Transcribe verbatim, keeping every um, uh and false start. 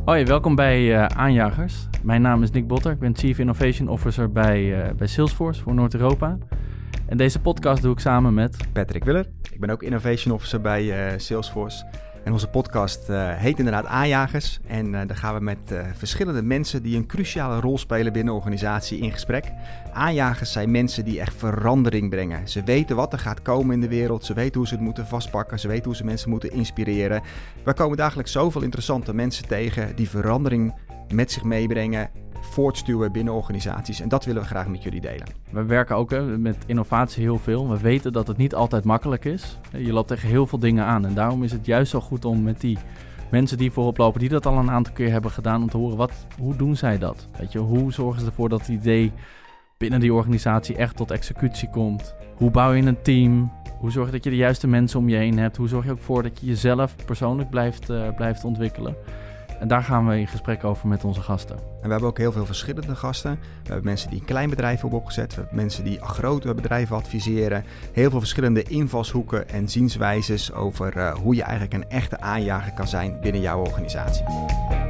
Hoi, welkom bij uh, Aanjagers. Mijn naam is Nick Botter, ik ben Chief Innovation Officer bij, uh, bij Salesforce voor Noord-Europa. En deze podcast doe ik samen met... Patrick Willer, ik ben ook Innovation Officer bij uh, Salesforce. En onze podcast uh, heet inderdaad Aanjagers. En uh, daar gaan we met uh, verschillende mensen die een cruciale rol spelen binnen een organisatie in gesprek. Aanjagers zijn mensen die echt verandering brengen. Ze weten wat er gaat komen in de wereld. Ze weten hoe ze het moeten vastpakken. Ze weten hoe ze mensen moeten inspireren. We komen dagelijks zoveel interessante mensen tegen die verandering met zich meebrengen, voortstuwen binnen organisaties. En dat willen we graag met jullie delen. We werken ook hè, met innovatie heel veel. We weten dat het niet altijd makkelijk is. Je loopt tegen heel veel dingen aan. En daarom is het juist zo goed om met die mensen die voorop lopen, die dat al een aantal keer hebben gedaan, om te horen, wat, hoe doen zij dat? Weet je, hoe zorgen ze ervoor dat het idee binnen die organisatie echt tot executie komt? Hoe bouw je een team? Hoe zorg je dat je de juiste mensen om je heen hebt? Hoe zorg je ook voor dat je jezelf persoonlijk blijft, uh, blijft ontwikkelen? En daar gaan we in gesprek over met onze gasten. En we hebben ook heel veel verschillende gasten. We hebben mensen die een klein bedrijf hebben opgezet. We hebben mensen die grote bedrijven adviseren. Heel veel verschillende invalshoeken en zienswijzes over uh, hoe je eigenlijk een echte aanjager kan zijn binnen jouw organisatie.